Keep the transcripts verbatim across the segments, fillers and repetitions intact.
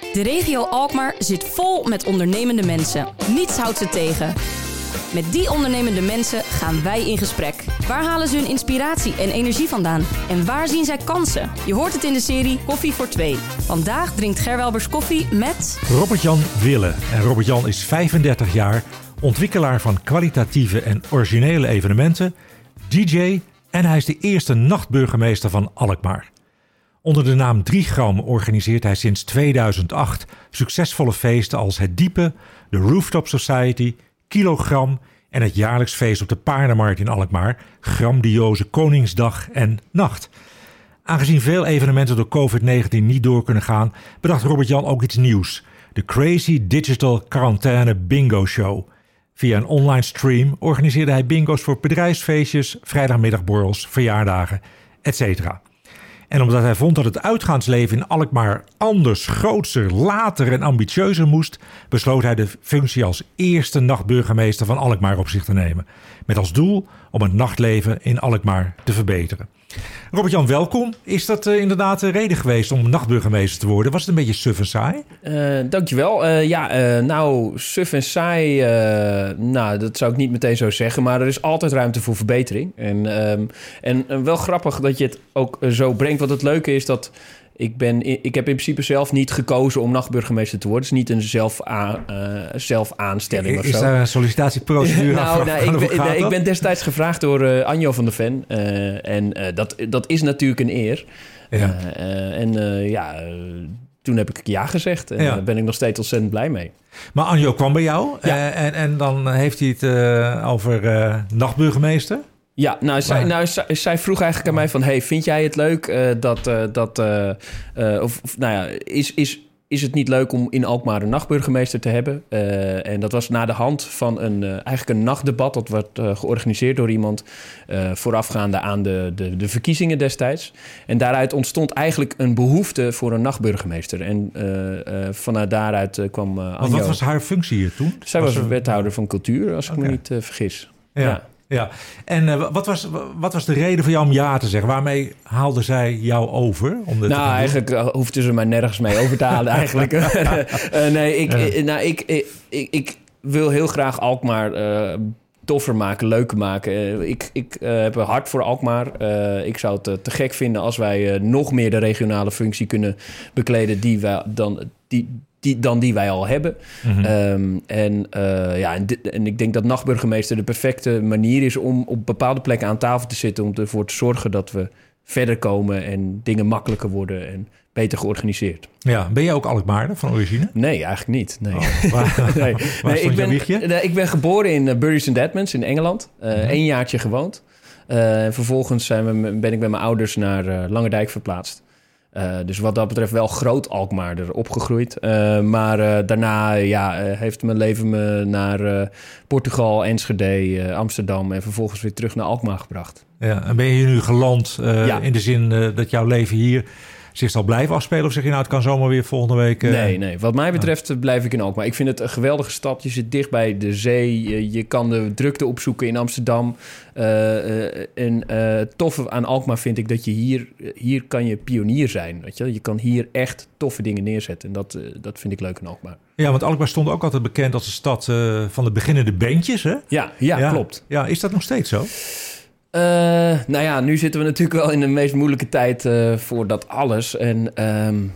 De regio Alkmaar zit vol met ondernemende mensen. Niets houdt ze tegen. Met die ondernemende mensen gaan wij in gesprek. Waar halen ze hun inspiratie en energie vandaan? En waar zien zij kansen? Je hoort het in de serie Koffie voor Twee. Vandaag drinkt Gerwelbers koffie met... Robert-Jan Wille. En Robert-Jan is vijfendertig jaar, ontwikkelaar van kwalitatieve en originele evenementen, D J en hij is de eerste nachtburgemeester van Alkmaar. Onder de naam drie gram organiseert hij sinds tweeduizend acht succesvolle feesten als Het Diepe, de Rooftop Society, Kilogram en het jaarlijks feest op de Paardenmarkt in Alkmaar, Grandioze Koningsdag en Nacht. Aangezien veel evenementen door covid negentien niet door kunnen gaan, bedacht Robert-Jan ook iets nieuws. De Crazy Digital Quarantaine Bingo Show. Via een online stream organiseerde hij bingo's voor bedrijfsfeestjes, vrijdagmiddagborrels, verjaardagen, et cetera. En omdat hij vond dat het uitgaansleven in Alkmaar anders, grootser, later en ambitieuzer moest, besloot hij de functie als eerste nachtburgemeester van Alkmaar op zich te nemen. Met als doel om het nachtleven in Alkmaar te verbeteren. Robert-Jan, welkom. Is dat uh, inderdaad de reden geweest om nachtburgemeester te worden? Was het een beetje suf en saai? Uh, dankjewel. Uh, ja, uh, nou, suf en saai, uh, nou, dat zou ik niet meteen zo zeggen. Maar er is altijd ruimte voor verbetering. En, um, en uh, wel grappig dat je het ook uh, zo brengt. Want het leuke is dat... Ik, ben, ik heb in principe zelf niet gekozen om nachtburgemeester te worden. Het is niet een zelf aan, uh, zelfaanstelling of zo. Is daar een sollicitatieprocedure nou, aan? nou, ik, ben, nee, ik ben destijds gevraagd door uh, Anjo van der Ven. Uh, en uh, dat, dat is natuurlijk een eer. Ja. Uh, uh, en uh, ja, uh, toen heb ik ja gezegd. En ja. Daar ben ik nog steeds ontzettend blij mee. Maar Anjo kwam bij jou. Ja. Uh, en, en dan heeft hij het uh, over uh, nachtburgemeester. Ja, nou, zij, nou zij, zij vroeg eigenlijk aan mij van... hey, vind jij het leuk uh, dat... Uh, dat uh, uh, of, of, nou ja, is, is, is het niet leuk om in Alkmaar een nachtburgemeester te hebben? Uh, en dat was na de hand van een, uh, eigenlijk een nachtdebat... dat werd uh, georganiseerd door iemand... Uh, voorafgaande aan de, de, de verkiezingen destijds. En daaruit ontstond eigenlijk een behoefte voor een nachtburgemeester. En uh, uh, vanuit daaruit uh, kwam uh, Anjo. Wat was haar functie hier toen? Zij was, was er... wethouder van cultuur, als ik okay. me niet uh, vergis. Ja. ja. Ja, en uh, wat, was, wat was de reden voor jou om ja te zeggen? Waarmee haalde zij jou over? Om dit nou, te eigenlijk uh, hoefde ze mij nergens mee over te halen eigenlijk. uh, nee, ik, ja. ik, nou, ik, ik, ik, ik wil heel graag Alkmaar uh, toffer maken, leuker maken. Uh, ik ik uh, heb een hart voor Alkmaar. Uh, ik zou het uh, te gek vinden als wij uh, nog meer de regionale functie kunnen bekleden die wij dan... Die, Die, dan die wij al hebben. Mm-hmm. Um, en, uh, ja, en, dit, en ik denk dat nachtburgemeester de perfecte manier is... om op bepaalde plekken aan tafel te zitten... om ervoor te zorgen dat we verder komen... en dingen makkelijker worden en beter georganiseerd. Ja, ben je ook Alkmaarder van origine? Nee, eigenlijk niet. Nee. Oh, waar nee. waar nee, ik, ben, nee, ik ben geboren in Bury Saint Edmunds in Engeland. Uh, mm-hmm. Een jaartje gewoond. Uh, en vervolgens zijn we, ben ik met mijn ouders naar uh, Langendijk verplaatst. Uh, dus wat dat betreft wel groot Alkmaarder opgegroeid. Uh, maar uh, daarna ja, uh, heeft mijn leven me naar uh, Portugal, Enschede, uh, Amsterdam... en vervolgens weer terug naar Alkmaar gebracht. Ja, en ben je hier nu geland uh, ja. in de zin uh, dat jouw leven hier zich zal blijven afspelen? Of zeg je nou, het kan zomaar weer volgende week... Uh... Nee, nee. Wat mij betreft uh, blijf ik in Alkmaar. Ik vind het een geweldige stad. Je zit dicht bij de zee. Je, je kan de drukte opzoeken in Amsterdam. Uh, uh, en uh, het toffe aan Alkmaar vind ik dat je hier... Hier kan je pionier zijn, weet je. Je kan hier echt toffe dingen neerzetten. En dat, uh, dat vind ik leuk in Alkmaar. Ja, want Alkmaar stond ook altijd bekend als de stad uh, van de beginnende bandjes, hè? Ja, ja, ja, klopt. Ja, is dat nog steeds zo? Uh, nou ja, nu zitten we natuurlijk wel in de meest moeilijke tijd uh, voor dat alles. En um,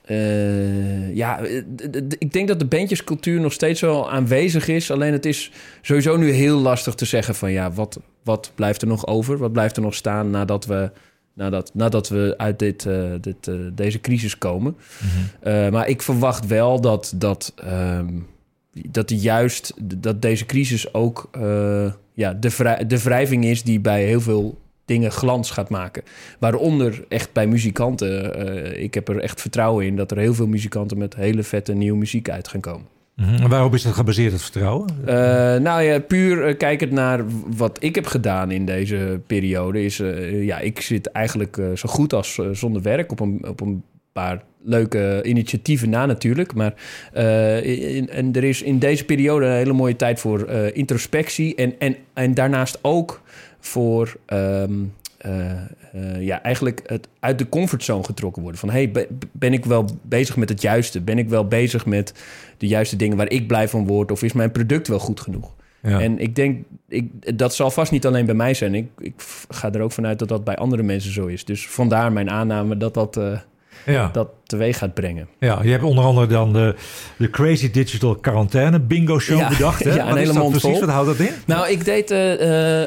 uh, ja, d- d- ik denk dat de bandjescultuur nog steeds wel aanwezig is. Alleen het is sowieso nu heel lastig te zeggen van ja, wat, wat blijft er nog over? Wat blijft er nog staan nadat we, nadat, nadat we uit dit, uh, dit, uh, deze crisis komen? Mm-hmm. Uh, maar ik verwacht wel dat, dat, um, dat juist dat deze crisis ook... Uh, Ja, de, vrij, de wrijving is die bij heel veel dingen glans gaat maken. Waaronder echt bij muzikanten. Uh, ik heb er echt vertrouwen in dat er heel veel muzikanten... met hele vette nieuwe muziek uit gaan komen. Mm-hmm. En waarop is dat gebaseerd, het vertrouwen? Uh, nou ja, puur uh, kijkend naar wat ik heb gedaan in deze periode... is, uh, ja, ik zit eigenlijk uh, zo goed als uh, zonder werk op een, op een paar... leuke initiatieven na natuurlijk. Maar uh, in, en er is in deze periode een hele mooie tijd voor uh, introspectie. En, en, en daarnaast ook voor um, uh, uh, ja, eigenlijk het uit de comfortzone getrokken worden. Van, hey, be, ben ik wel bezig met het juiste? Ben ik wel bezig met de juiste dingen waar ik blij van word? Of is mijn product wel goed genoeg? Ja. En ik denk, ik, dat zal vast niet alleen bij mij zijn. Ik, ik ga er ook vanuit dat dat bij andere mensen zo is. Dus vandaar mijn aanname dat dat... Uh, Ja. dat teweeg gaat brengen. Ja, je hebt onder andere dan de, de Crazy Digital Quarantaine Bingo Show ja, bedacht. Hè? Ja, een hele mond precies, vol. Wat houdt dat in? Nou, ik deed uh, uh,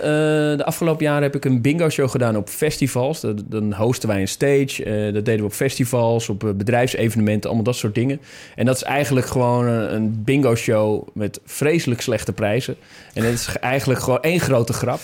de afgelopen jaren heb ik een bingo show gedaan op festivals. Dan hosten wij een stage. Uh, dat deden we op festivals, op uh, bedrijfsevenementen, allemaal dat soort dingen. En dat is eigenlijk gewoon een, een bingo show met vreselijk slechte prijzen. En het is eigenlijk gewoon één grote grap.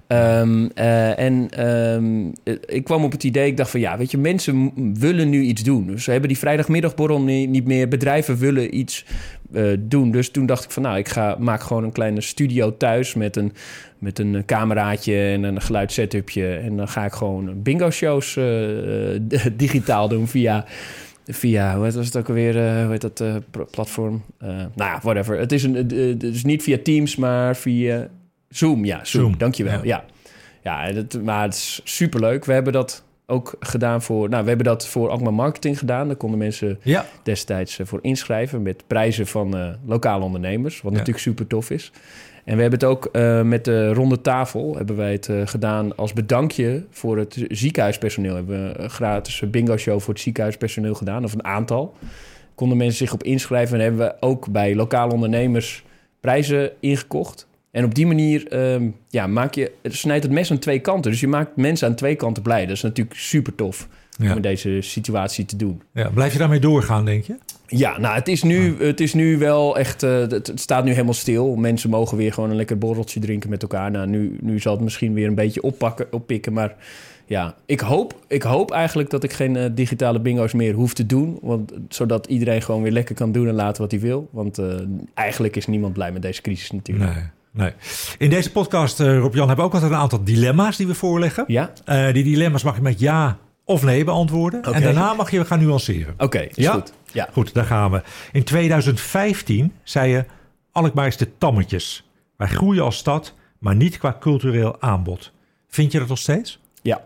Um, uh, en um, ik kwam op het idee, ik dacht van ja, weet je, mensen willen nu iets doen. Dus ze hebben die vrijdagmiddagborrel niet, niet meer. Bedrijven willen iets uh, doen. Dus toen dacht ik van nou, ik ga maak gewoon een kleine studio thuis met een, met een cameraatje en een geluidsetupje. En dan ga ik gewoon bingo shows uh, digitaal doen via... Via, hoe heet het ook alweer, uh, hoe heet dat uh, platform? Uh, nou ja, whatever. Het is, een, uh, het is niet via Teams, maar via... Zoom, ja, Zoom, Zoom. Dankjewel. Ja, ja. ja dat, maar het is superleuk. We hebben dat ook gedaan voor... Nou, we hebben dat voor Alkmaar Marketing gedaan. Daar konden mensen ja. destijds voor inschrijven... met prijzen van uh, lokale ondernemers. Wat ja. natuurlijk super tof is. En we hebben het ook uh, met de ronde tafel... hebben wij het uh, gedaan als bedankje voor het ziekenhuispersoneel. We hebben een gratis bingo show voor het ziekenhuispersoneel gedaan. Of een aantal. Konden mensen zich op inschrijven. En hebben we ook bij lokale ondernemers prijzen ingekocht... En op die manier um, ja, maak je, snijdt het mes aan twee kanten. Dus je maakt mensen aan twee kanten blij. Dat is natuurlijk super tof ja. om in deze situatie te doen. Ja, blijf je daarmee doorgaan, denk je? Ja, nou, het is nu, ja. het is nu wel echt... Uh, het, het staat nu helemaal stil. Mensen mogen weer gewoon een lekker borreltje drinken met elkaar. Nou, nu, nu zal het misschien weer een beetje oppakken, oppikken. Maar ja, ik hoop, ik hoop eigenlijk dat ik geen uh, digitale bingo's meer hoef te doen. Want, zodat iedereen gewoon weer lekker kan doen en laten wat hij wil. Want uh, eigenlijk is niemand blij met deze crisis natuurlijk. Nee. Nee. In deze podcast, uh, Rob-Jan, hebben we ook altijd een aantal dilemma's die we voorleggen. Ja? Uh, die dilemma's mag je met ja of nee beantwoorden. Okay. En daarna mag je gaan nuanceren. Oké, okay, is ja? goed. Ja. Goed, daar gaan we. In tweeduizend vijftien zei je... Alkmaar is de tammetjes. Wij groeien als stad, maar niet qua cultureel aanbod. Vind je dat nog steeds? Ja.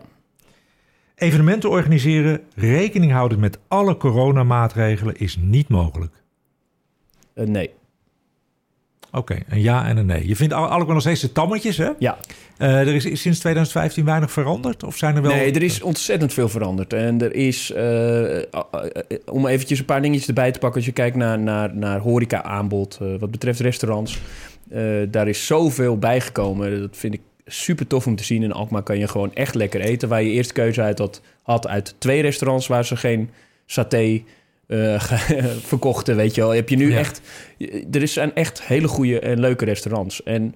Evenementen organiseren, rekening houden met alle coronamaatregelen is niet mogelijk. Uh, nee. Oké, okay, een ja en een nee. Je vindt Alkmaar nog steeds de tammetjes, hè? Ja. Uh, er is sinds tweeduizend vijftien weinig veranderd? Of zijn er wel... Nee, er is ontzettend veel veranderd. En er is, uh, uh, om eventjes een paar dingetjes erbij te pakken... als je kijkt naar, naar, naar horeca-aanbod, uh, wat betreft restaurants... Uh, daar is zoveel bijgekomen. Dat vind ik super tof om te zien. In Alkmaar kan je gewoon echt lekker eten. Waar je eerst keuze uit had, had uit twee restaurants... waar ze geen saté... Uh, verkochten, weet je wel. Heb je nu ja. echt... Er zijn echt hele goede en leuke restaurants. En,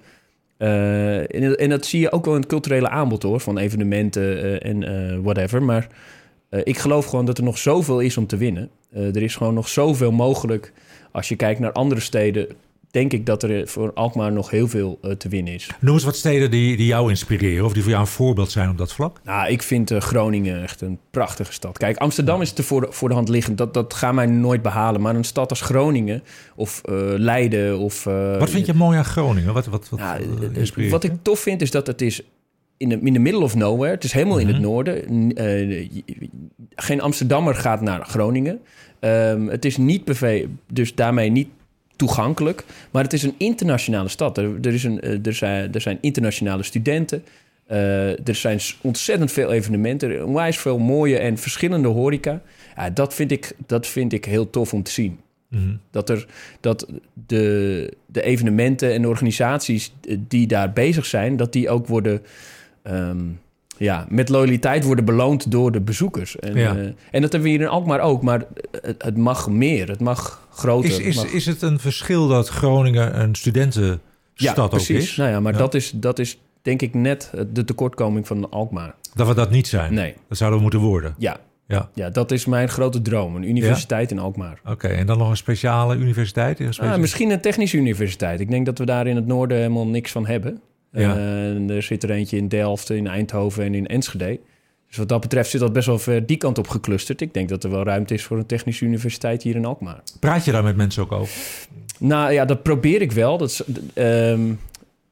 uh, en, en dat zie je ook wel in het culturele aanbod, hoor. Van evenementen uh, en uh, whatever. Maar uh, ik geloof gewoon dat er nog zoveel is om te winnen. Uh, er is gewoon nog zoveel mogelijk. Als je kijkt naar andere steden... denk ik dat er voor Alkmaar nog heel veel uh, te winnen is. Noem eens wat steden die, die jou inspireren... of die voor jou een voorbeeld zijn op dat vlak. Nou, ik vind uh, Groningen echt een prachtige stad. Kijk, Amsterdam is te voor de, voor de hand liggend. Dat, dat gaan wij nooit behalen. Maar een stad als Groningen of uh, Leiden of... Uh, wat vind je mooi aan Groningen? Wat, wat, wat, nou, uh, wat ik tof vind is dat het is... In de, in the middle of nowhere. Het is helemaal mm-hmm. in het noorden. Uh, geen Amsterdammer gaat naar Groningen. Um, het is niet per se, dus daarmee niet toegankelijk. Maar het is een internationale stad. Er, er, is een, er, zijn, er zijn internationale studenten. Uh, er zijn ontzettend veel evenementen. Onwijs veel mooie en verschillende horeca. Ja, dat, vind ik, dat vind ik heel tof om te zien. Mm-hmm. Dat, er, dat de, de evenementen en de organisaties die daar bezig zijn... dat die ook worden... Um, ja, met loyaliteit worden beloond door de bezoekers. En, ja. uh, en dat hebben we hier in Alkmaar ook, maar het, het mag meer, het mag groter. Is, is, het mag... is het een verschil dat Groningen een studentenstad ja, ook precies. is? Nou ja, maar ja. dat is, dat is denk ik net de tekortkoming van Alkmaar. Dat we dat niet zijn? Nee. Dat zouden we moeten worden? Ja. Ja. ja, dat is mijn grote droom. Een universiteit ja? in Alkmaar. Oké, okay, en dan nog een speciale universiteit? Een speciale... Ah, misschien een technische universiteit. Ik denk dat we daar in het noorden helemaal niks van hebben. Ja. Uh, er zit er eentje in Delft, in Eindhoven en in Enschede. Dus wat dat betreft zit dat best wel ver die kant op geclusterd. Ik denk dat er wel ruimte is voor een technische universiteit hier in Alkmaar. Praat je daar met mensen ook over? Nou ja, dat probeer ik wel. Dat is, um,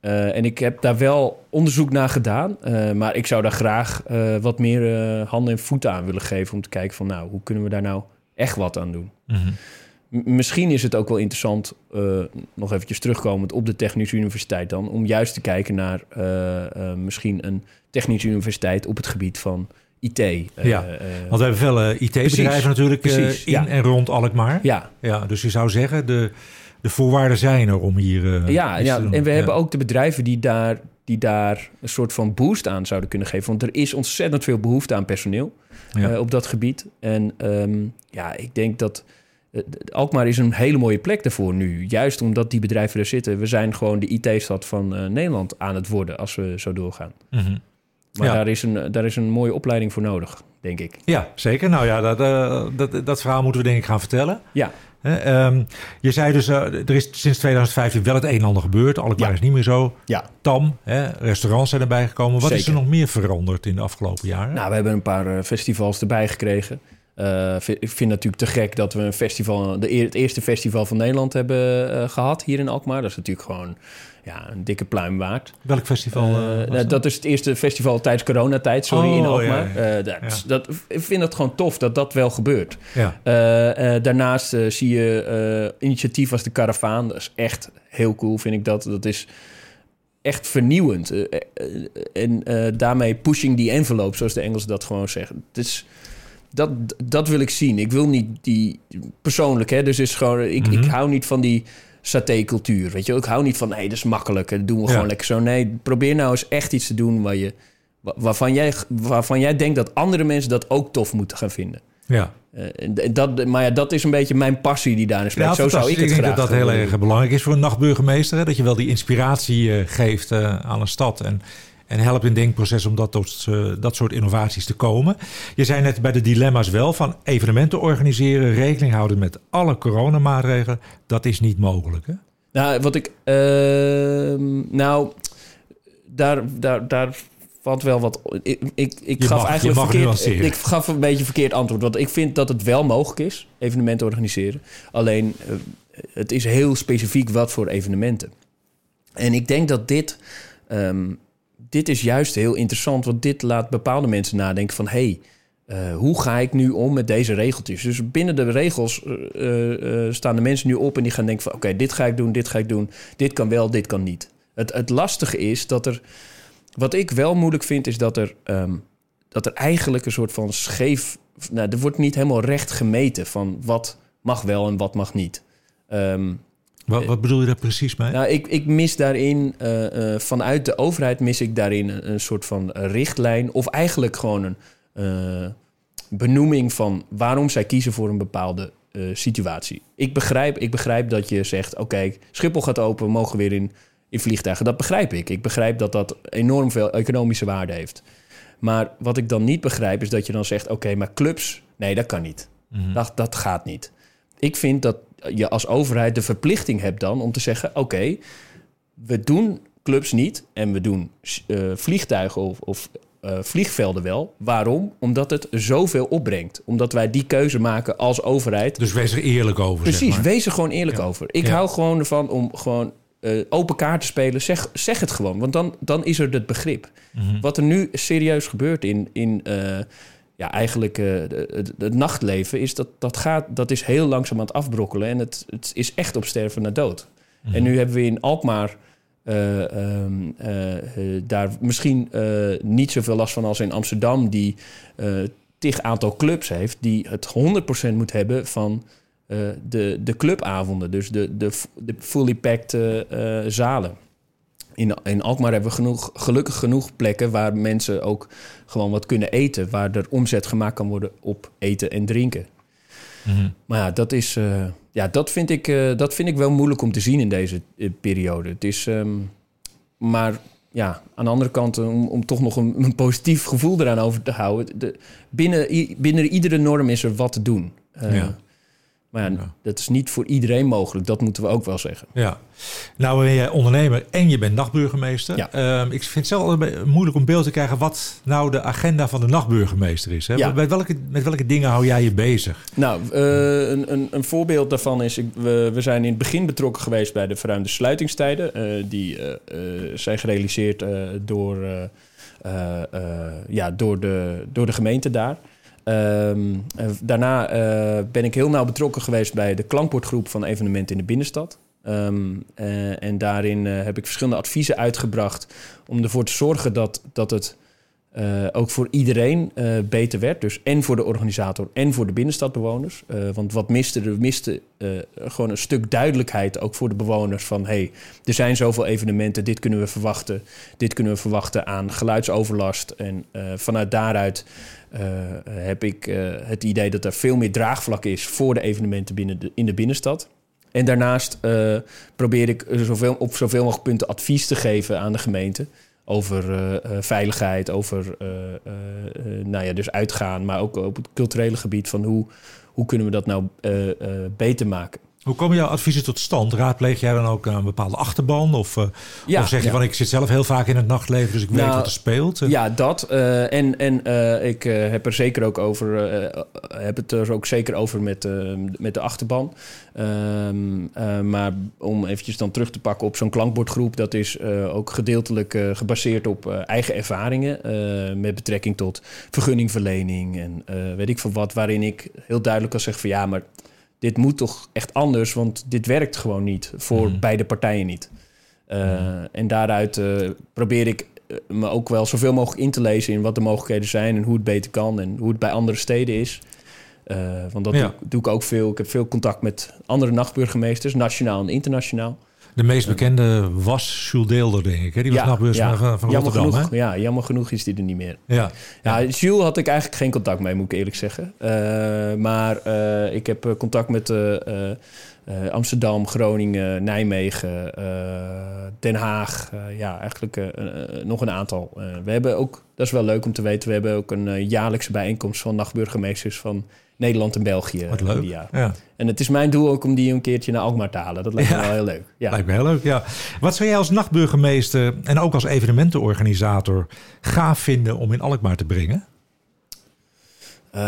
Uh, en ik heb daar wel onderzoek naar gedaan. Uh, maar ik zou daar graag uh, wat meer uh, handen en voeten aan willen geven... om te kijken van, nou, hoe kunnen we daar nou echt wat aan doen? Mm-hmm. M- misschien is het ook wel interessant, uh, nog eventjes terugkomend op de Technische Universiteit dan... om juist te kijken naar uh, uh, misschien een Technische Universiteit op het gebied van I T. Uh, ja, uh, want we hebben veel uh, I T-bedrijven precies, natuurlijk precies, uh, in ja. en rond Alkmaar. Ja. Ja, dus je zou zeggen, de, de voorwaarden zijn er om hier uh, ja, ja, te doen. En we ja. hebben ook de bedrijven die daar, die daar een soort van boost aan zouden kunnen geven. Want er is ontzettend veel behoefte aan personeel ja. uh, op dat gebied. En um, ja, ik denk dat... Alkmaar is een hele mooie plek daarvoor nu. Juist omdat die bedrijven er zitten. We zijn gewoon de I T-stad van uh, Nederland aan het worden als we zo doorgaan. Mm-hmm. Maar ja. daar, is een, daar is een mooie opleiding voor nodig, denk ik. Ja, zeker. Nou ja, dat, uh, dat, dat verhaal moeten we denk ik gaan vertellen. Ja. He, um, je zei dus, uh, er is sinds twintig vijftien wel het een en ander gebeurd. Alkmaar ja. is niet meer zo ja. tam. Hè? Restaurants zijn erbij gekomen. Wat Zeker. is er nog meer veranderd in de afgelopen jaren? Nou, we hebben een paar uh, festivals erbij gekregen. Uh, ik vind het natuurlijk te gek dat we een festival, de, het eerste festival van Nederland hebben uh, gehad hier in Alkmaar. Dat is natuurlijk gewoon ja, een dikke pluim waard. Welk festival? Uh, uh, dat? dat is het eerste festival tijdens coronatijd, sorry, oh, in Alkmaar. Ja, ja. Uh, dat, ja. dat, ik vind het gewoon tof dat dat wel gebeurt. Ja. Uh, uh, daarnaast uh, zie je uh, initiatief als de Karavaan. Dat is echt heel cool, vind ik dat. Dat is echt vernieuwend. Uh, uh, en uh, daarmee pushing the envelope, zoals de Engelsen dat gewoon zeggen. Het is... Dat, dat wil ik zien. Ik wil niet die... Persoonlijk, hè. Dus is gewoon... Ik, mm-hmm. ik hou niet van die saté-cultuur, weet je. Ik hou niet van... Nee, dat is makkelijk. Dat doen we ja. gewoon lekker zo. Nee, probeer nou eens echt iets te doen... Waar je, waarvan, jij, waarvan jij denkt dat andere mensen dat ook tof moeten gaan vinden. Ja. Uh, dat, maar ja, dat is een beetje mijn passie die daarin spreekt. Ja, zo zou ik het ik graag denk dat dat heel erg belangrijk is voor een nachtburgemeester. Hè? Dat je wel die inspiratie uh, geeft uh, aan een stad... En, En helpt in het denkproces om dat tot uh, dat soort innovaties te komen. Je zei net bij de dilemma's wel van evenementen organiseren, rekening houden met alle coronamaatregelen. Dat is niet mogelijk, hè? Nou, wat ik... Uh, nou, daar, daar, daar valt wel wat... Ik, ik, ik gaf mag, eigenlijk verkeerd... Ik gaf een beetje verkeerd antwoord. Want ik vind dat het wel mogelijk is, evenementen organiseren. Alleen, uh, het is heel specifiek wat voor evenementen. En ik denk dat dit... Um, Dit is juist heel interessant, want dit laat bepaalde mensen nadenken van... hé, hey, uh, hoe ga ik nu om met deze regeltjes? Dus binnen de regels uh, uh, staan de mensen nu op en die gaan denken van... oké, okay, dit ga ik doen, dit ga ik doen, dit kan wel, dit kan niet. Het, het lastige is dat er... Wat ik wel moeilijk vind, is dat er, um, dat er eigenlijk een soort van scheef... Nou, er wordt niet helemaal recht gemeten van wat mag wel en wat mag niet. Um, Wat, wat bedoel je daar precies mee? Nou, ik, ik mis daarin, uh, uh, vanuit de overheid mis ik daarin een, een soort van richtlijn... of eigenlijk gewoon een uh, benoeming van waarom zij kiezen voor een bepaalde uh, situatie. Ik begrijp, ik begrijp dat je zegt, oké, okay, Schiphol gaat open, we mogen weer in, in vliegtuigen. Dat begrijp ik. Ik begrijp dat dat enorm veel economische waarde heeft. Maar wat ik dan niet begrijp is dat je dan zegt, oké, okay, maar clubs, nee, dat kan niet. Mm-hmm. Dat, dat gaat niet. Ik vind dat je als overheid de verplichting hebt dan om te zeggen... oké, okay, we doen clubs niet en we doen uh, vliegtuigen of, of uh, vliegvelden wel. Waarom? Omdat het zoveel opbrengt. Omdat wij die keuze maken als overheid. Dus wees er eerlijk over, Precies, zeg maar. wees er gewoon eerlijk ja. over. Ik ja. hou gewoon ervan om gewoon uh, open kaart te spelen. Zeg, zeg het gewoon, want dan, dan is er het begrip. Mm-hmm. Wat er nu serieus gebeurt in... in uh, Ja, eigenlijk uh, het, het nachtleven is dat, dat, gaat, dat is heel langzaam aan het afbrokkelen. En het, het is echt op sterven na dood. Mm-hmm. En nu hebben we in Alkmaar uh, um, uh, uh, daar misschien uh, niet zoveel last van als in Amsterdam... die uh, tig aantal clubs heeft, die het honderd procent moet hebben van uh, de, de clubavonden. Dus de, de, de fully packed uh, uh, zalen. In, in Alkmaar hebben we genoeg, gelukkig genoeg plekken waar mensen ook gewoon wat kunnen eten. Waar er omzet gemaakt kan worden op eten en drinken. Mm-hmm. Maar ja, dat, is, uh, ja dat, vind ik, uh, dat vind ik wel moeilijk om te zien in deze uh, periode. Het is, um, maar ja, aan de andere kant, om, om toch nog een, een positief gevoel eraan over te houden. De, binnen, i, binnen iedere norm is er wat te doen. Uh, ja. Maar ja, Ja. dat is niet voor iedereen mogelijk. Dat moeten we ook wel zeggen. Ja, nou ben je ondernemer en je bent nachtburgemeester. Ja. Ehm, ik vind het zelf altijd moeilijk om beeld te krijgen wat nou de agenda van de nachtburgemeester is. Hè? Ja. Met, welke, met welke dingen hou jij je bezig? Nou, uh, een, een, een voorbeeld daarvan is... Ik, we, we zijn in het begin betrokken geweest bij de verruimde sluitingstijden. Uh, die uh, uh, zijn gerealiseerd uh, door, uh, uh, uh, ja, door, de, door de gemeente daar. Um, uh, daarna uh, ben ik heel nauw betrokken geweest bij de klankbordgroep van evenementen in de binnenstad. Um, uh, en daarin uh, heb ik verschillende adviezen uitgebracht om ervoor te zorgen dat, dat het uh, ook voor iedereen uh, beter werd. Dus en voor de organisator en voor de binnenstadbewoners. Uh, want wat miste er? miste uh, gewoon een stuk duidelijkheid ook voor de bewoners van... hey, er zijn zoveel evenementen, dit kunnen we verwachten. Dit kunnen we verwachten aan geluidsoverlast. En uh, vanuit daaruit... Uh, heb ik uh, het idee dat er veel meer draagvlak is voor de evenementen binnen de, in de binnenstad. En daarnaast uh, probeer ik zoveel, op zoveel mogelijk punten advies te geven aan de gemeente over uh, uh, veiligheid, over uh, uh, uh, nou ja, dus uitgaan, maar ook op het culturele gebied van hoe, hoe kunnen we dat nou uh, uh, beter maken. Hoe komen jouw adviezen tot stand? Raadpleeg jij dan ook een bepaalde achterban? Of, uh, Ja, of zeg je ja. van ik zit zelf heel vaak in het nachtleven, dus ik weet Nou, wat er speelt? Ja, dat. Uh, en en uh, ik uh, heb er zeker ook over, uh, heb het er ook zeker over met, uh, met de achterban. Um, uh, maar om eventjes dan terug te pakken op zo'n klankbordgroep, dat is uh, ook gedeeltelijk uh, gebaseerd op uh, eigen ervaringen uh, met betrekking tot vergunningverlening en uh, weet ik veel wat, waarin ik heel duidelijk kan zeggen van ja, maar dit moet toch echt anders, want dit werkt gewoon niet voor mm. beide partijen niet. Uh, mm. En daaruit uh, probeer ik me ook wel zoveel mogelijk in te lezen in wat de mogelijkheden zijn en hoe het beter kan en hoe het bij andere steden is. Uh, want dat ja. doe, doe ik ook veel. Ik heb veel contact met andere nachtburgemeesters, nationaal en internationaal. De meest bekende was Jules Deelder, denk ik. Hè? Die was ja, nachtburgemeester ja. van, van jammer Rotterdam. Genoeg, hè? ja, jammer genoeg is die er niet meer. Ja, ja. ja. Jules had ik eigenlijk geen contact mee, moet ik eerlijk zeggen. Uh, maar uh, ik heb contact met uh, uh, uh, Amsterdam, Groningen, Nijmegen, uh, Den Haag. Uh, ja, eigenlijk uh, uh, nog een aantal. Uh, we hebben ook, dat is wel leuk om te weten, we hebben ook een uh, jaarlijkse bijeenkomst van nachtburgemeesters van Nederland en België. Wat leuk. Jaar. Ja. En het is mijn doel ook om die een keertje naar Alkmaar te halen. Dat lijkt me ja. wel heel leuk. Ja. Lijkt me heel leuk, ja. Wat zou jij als nachtburgemeester en ook als evenementenorganisator gaaf vinden om in Alkmaar te brengen? Uh,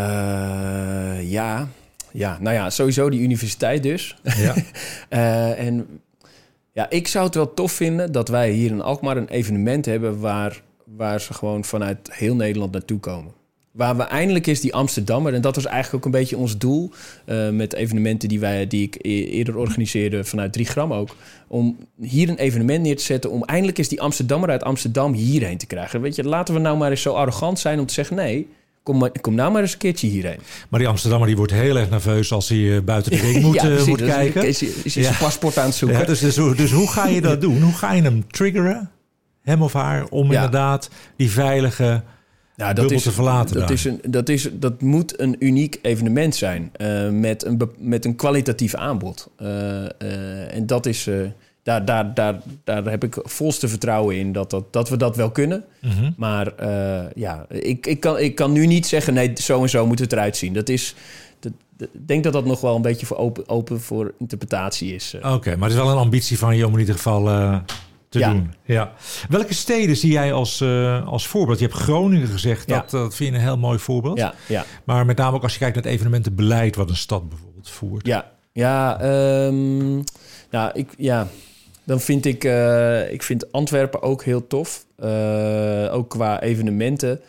ja, ja, nou ja, sowieso die universiteit dus. Ja. uh, en ja, ik zou het wel tof vinden dat wij hier in Alkmaar een evenement hebben waar, waar ze gewoon vanuit heel Nederland naartoe komen. Waar we eindelijk is die Amsterdammer, en dat was eigenlijk ook een beetje ons doel uh, met evenementen die, wij, die ik eerder organiseerde vanuit drie gram ook, om hier een evenement neer te zetten om eindelijk is die Amsterdammer uit Amsterdam hierheen te krijgen. Weet je, laten we nou maar eens zo arrogant zijn om te zeggen nee, kom, maar, kom nou maar eens een keertje hierheen. Maar die Amsterdammer die wordt heel erg nerveus als hij uh, buiten de ring moet, ja, uh, moet dus kijken. Is, is, is ja. zijn paspoort aan het zoeken. Ja, dus, dus, dus hoe ga je dat doen? Hoe ga je hem triggeren, hem of haar, om ja. inderdaad die veilige... Ja, dat is, te verlaten dat, is een, dat, is, dat moet een uniek evenement zijn uh, met, een, met een kwalitatief aanbod. Uh, uh, en dat is, uh, daar, daar, daar, daar heb ik volste vertrouwen in dat, dat, dat we dat wel kunnen. Mm-hmm. Maar uh, ja, ik, ik, kan, ik kan nu niet zeggen, nee, zo en zo moet het eruit zien. Dat is... Ik denk dat dat nog wel een beetje voor open, open voor interpretatie is. Oké, okay, maar het is wel een ambitie van je om in ieder geval... Uh... te ja. doen. Ja. Welke steden zie jij als, uh, als voorbeeld? Je hebt Groningen gezegd, dat, ja. dat vind je een heel mooi voorbeeld. Ja, ja. Maar met name ook als je kijkt naar het evenementenbeleid wat een stad bijvoorbeeld voert. Ja, ja, um, nou, ik, ja. dan vind ik, uh, ik vind Antwerpen ook heel tof. Uh, ook qua evenementen.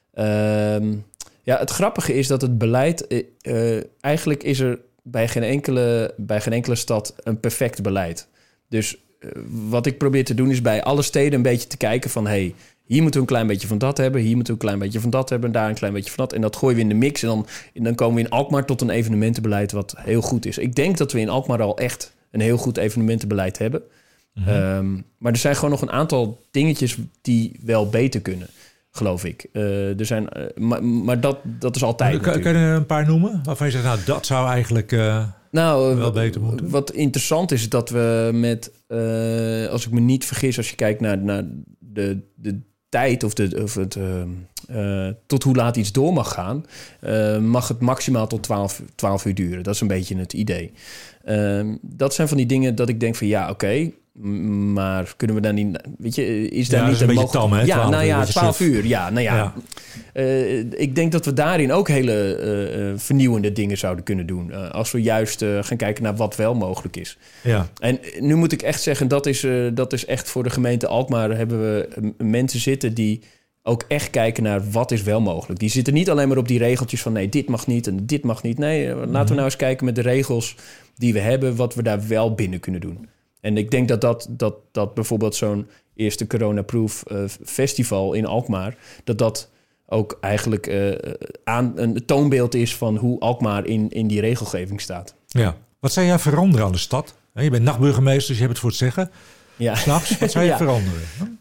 Um, ja, het grappige is dat het beleid... Uh, eigenlijk is er bij geen, enkele, bij geen enkele stad een perfect beleid. Dus wat ik probeer te doen is bij alle steden een beetje te kijken van... hey, hier moeten we een klein beetje van dat hebben... hier moeten we een klein beetje van dat hebben... en daar een klein beetje van dat. En dat gooien we in de mix en dan, en dan komen we in Alkmaar tot een evenementenbeleid... wat heel goed is. Ik denk dat we in Alkmaar al echt een heel goed evenementenbeleid hebben. Mm-hmm. Um, maar er zijn gewoon nog een aantal dingetjes die wel beter kunnen... geloof ik. Uh, er zijn, uh, maar maar dat, dat is altijd Kan, kan je een paar noemen? Waarvan je zegt, nou, dat zou eigenlijk... Uh... Nou, wel beter moeten. Wat interessant is dat we met, uh, als ik me niet vergis, als je kijkt naar, naar de, de tijd of, de, of het, uh, uh, tot hoe laat iets door mag gaan, uh, mag het maximaal tot twaalf uur duren. Dat is een beetje het idee. Uh, dat zijn van die dingen dat ik denk van ja, oké, okay, maar kunnen we dan niet, weet je, is daar ja, niet is een een beetje tam, hè? Ja, nou ja, twaalf surf. uur. Ja, nou ja. ja. Uh, ik denk dat we daarin ook hele uh, vernieuwende dingen zouden kunnen doen. Uh, als we juist uh, gaan kijken naar wat wel mogelijk is. Ja. En nu moet ik echt zeggen, dat is, uh, dat is echt voor de gemeente Alkmaar hebben we uh, mensen zitten die ook echt kijken naar wat is wel mogelijk. Die zitten niet alleen maar op die regeltjes van nee, dit mag niet en dit mag niet. Nee, uh, laten mm-hmm. we nou eens kijken met de regels die we hebben, wat we daar wel binnen kunnen doen. En ik denk dat, dat, dat, dat bijvoorbeeld zo'n eerste coronaproof uh, festival in Alkmaar, dat dat ook eigenlijk uh, aan een toonbeeld is van hoe Alkmaar in, in die regelgeving staat. Ja. Wat zou jij veranderen aan de stad? Je bent nachtburgemeester, dus je hebt het voor het zeggen. Ja. S'nachts, wat zou je ja. veranderen?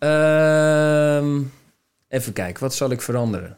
Uh, even kijken, wat zal ik veranderen?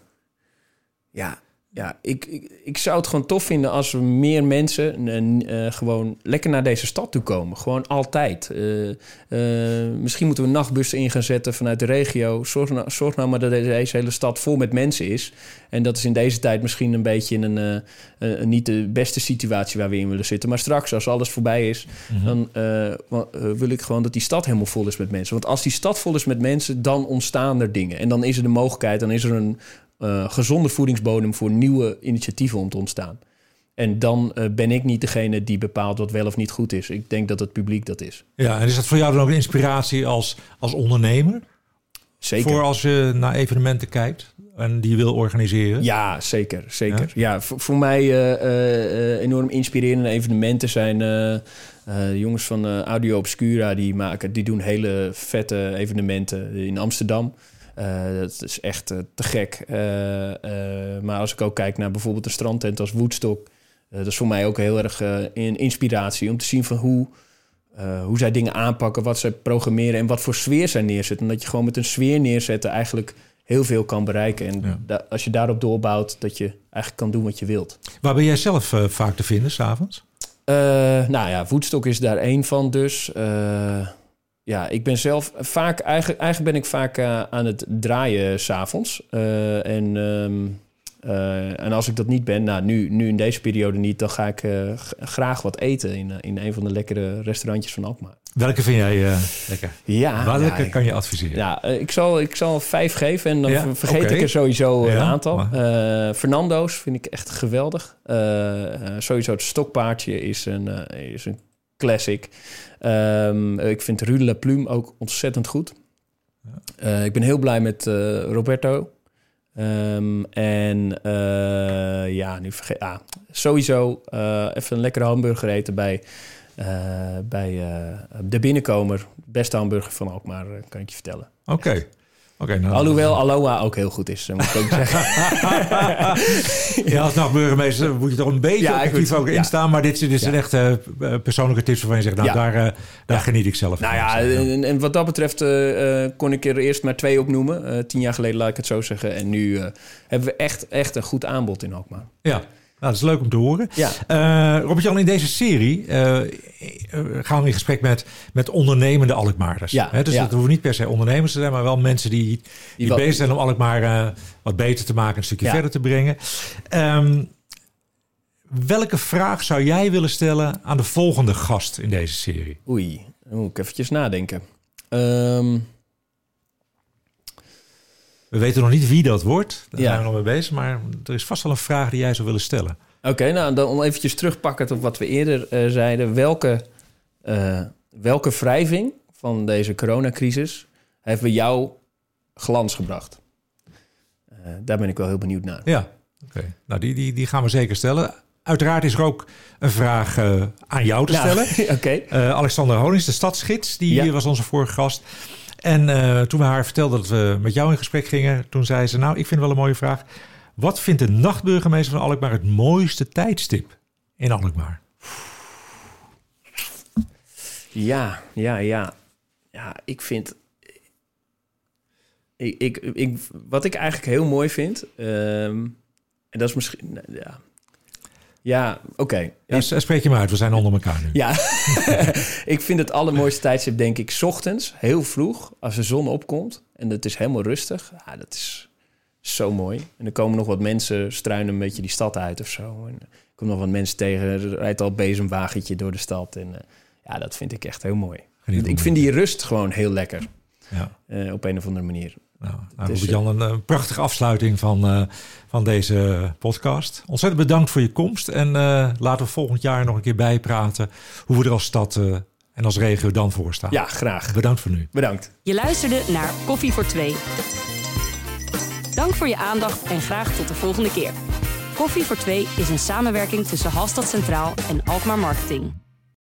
Ja, ja ik, ik, ik zou het gewoon tof vinden als we meer mensen uh, uh, gewoon lekker naar deze stad toe komen. Gewoon altijd. Uh, uh, misschien moeten we nachtbussen in gaan zetten vanuit de regio. Zorg nou, zorg nou maar dat deze hele stad vol met mensen is. En dat is in deze tijd misschien een beetje een, uh, uh, niet de beste situatie waar we in willen zitten. Maar straks, als alles voorbij is, mm-hmm. dan uh, uh, wil ik gewoon dat die stad helemaal vol is met mensen. Want als die stad vol is met mensen, dan ontstaan er dingen. En dan is er de mogelijkheid, dan is er een Uh, gezonde voedingsbodem voor nieuwe initiatieven om te ontstaan. En dan uh, ben ik niet degene die bepaalt wat wel of niet goed is. Ik denk dat het publiek dat is. Ja, en is dat voor jou dan ook een inspiratie als, als ondernemer? Zeker. Voor als je naar evenementen kijkt en die wil organiseren? Ja, zeker. zeker. Ja? Ja, voor, voor mij uh, uh, enorm inspirerende evenementen zijn Uh, uh, de jongens van uh, Audio Obscura, die maken, die doen hele vette evenementen in Amsterdam. Uh, dat is echt uh, te gek. Uh, uh, maar als ik ook kijk naar bijvoorbeeld een strandtent als Woodstock, Uh, dat is voor mij ook heel erg uh, een inspiratie om te zien van hoe, uh, hoe zij dingen aanpakken, wat zij programmeren en wat voor sfeer zij neerzetten. En dat je gewoon met een sfeer neerzetten eigenlijk heel veel kan bereiken. En ja. da- als je daarop doorbouwt, dat je eigenlijk kan doen wat je wilt. Waar ben jij zelf uh, vaak te vinden, 's avonds? Uh, nou ja, Woodstock is daar één van dus. Uh, ja, ik ben zelf vaak... Eigenlijk, eigenlijk ben ik vaak uh, aan het draaien 's avonds. Uh, en, um, uh, en als ik dat niet ben, nou nu, nu in deze periode niet, dan ga ik uh, g- graag wat eten in, uh, in een van de lekkere restaurantjes van Alkmaar. Welke vind jij uh, lekker? Ja, Welke ja, kan je adviseren? Ja, uh, ik zal, ik zal vijf geven en dan ja? vergeet okay. ik er sowieso ja, een aantal. Maar... Uh, Fernando's vind ik echt geweldig. Uh, uh, sowieso het stokpaardje is een, uh, is een classic. Um, ik vind Rue de la Plume ook ontzettend goed. Uh, ik ben heel blij met uh, Roberto. Um, en uh, ja, nu vergeet... Ah, sowieso uh, even een lekkere hamburger eten bij, uh, bij uh, de Binnenkomer. Beste hamburger van Alkmaar, kan ik je vertellen. Oké. Okay. Okay, nou, alhoewel Aloha ook heel goed is, moet ik ook zeggen. Ja, als nachtburgemeester moet je toch een beetje ja, actief ook ja. instaan. Maar dit, dit zijn ja. echt uh, persoonlijke tips waarvan je zegt, nou, ja. daar, uh, daar ja. geniet ik zelf van. Nou ja, en, en wat dat betreft uh, kon ik er eerst maar twee opnoemen. Uh, tien jaar geleden, laat ik het zo zeggen. En nu uh, hebben we echt, echt een goed aanbod in Alkmaar. Ja. Nou, dat is leuk om te horen. Ja. Uh, Robert-Jan, in deze serie uh, gaan we in gesprek met, met ondernemende Alkmaarders. Ja, He, dus ja. dat hoeven niet per se ondernemers te zijn, maar wel mensen die, die, die wat... bezig zijn om Alkmaar uh, wat beter te maken, een stukje ja. verder te brengen. Um, welke vraag zou jij willen stellen aan de volgende gast in deze serie? Oei, dan moet ik eventjes nadenken. Um... We weten nog niet wie dat wordt. Daar ja. zijn we nog mee bezig. Maar er is vast wel een vraag die jij zou willen stellen. Oké, okay, nou dan om eventjes terugpakken op wat we eerder uh, zeiden. Welke, uh, welke wrijving van deze coronacrisis heeft bij jou glans gebracht? Uh, daar ben ik wel heel benieuwd naar. Ja, oké. Okay. Nou, die, die, die gaan we zeker stellen. Uiteraard is er ook een vraag uh, aan jou te stellen. Nou, okay. uh, Alexander Honings, de stadsgids, die ja. was onze vorige gast. En uh, toen we haar vertelden dat we met jou in gesprek gingen, toen zei ze, nou, ik vind wel een mooie vraag. Wat vindt de nachtburgemeester van Alkmaar het mooiste tijdstip in Alkmaar? Ja, ja, ja. Ja, ik vind... Ik, ik, ik, wat ik eigenlijk heel mooi vind... Um, en dat is misschien... Ja, Ja, oké. Okay. Ja, spreek je maar uit, we zijn onder elkaar nu. Ja, ik vind het allermooiste tijdstip, denk ik, 's ochtends, heel vroeg, als de zon opkomt. En het is helemaal rustig. Ja, dat is zo mooi. En er komen nog wat mensen struinen een beetje die stad uit of zo. En er komen nog wat mensen tegen. Er rijdt al een bezemwagentje door de stad. En uh, ja, dat vind ik echt heel mooi. Geniet ik vind die rust gewoon heel lekker. Ja. Uh, op een of andere manier. Nou, nou dus, Jan, een, een prachtige afsluiting van, uh, van deze podcast. Ontzettend bedankt voor je komst. En uh, laten we volgend jaar nog een keer bijpraten hoe we er als stad uh, en als regio dan voor staan. Ja, graag. Bedankt voor nu. Bedankt. Je luisterde naar Koffie voor Twee. Dank voor je aandacht en graag tot de volgende keer. Koffie voor Twee is een samenwerking tussen Halstad Centraal en Alkmaar Marketing.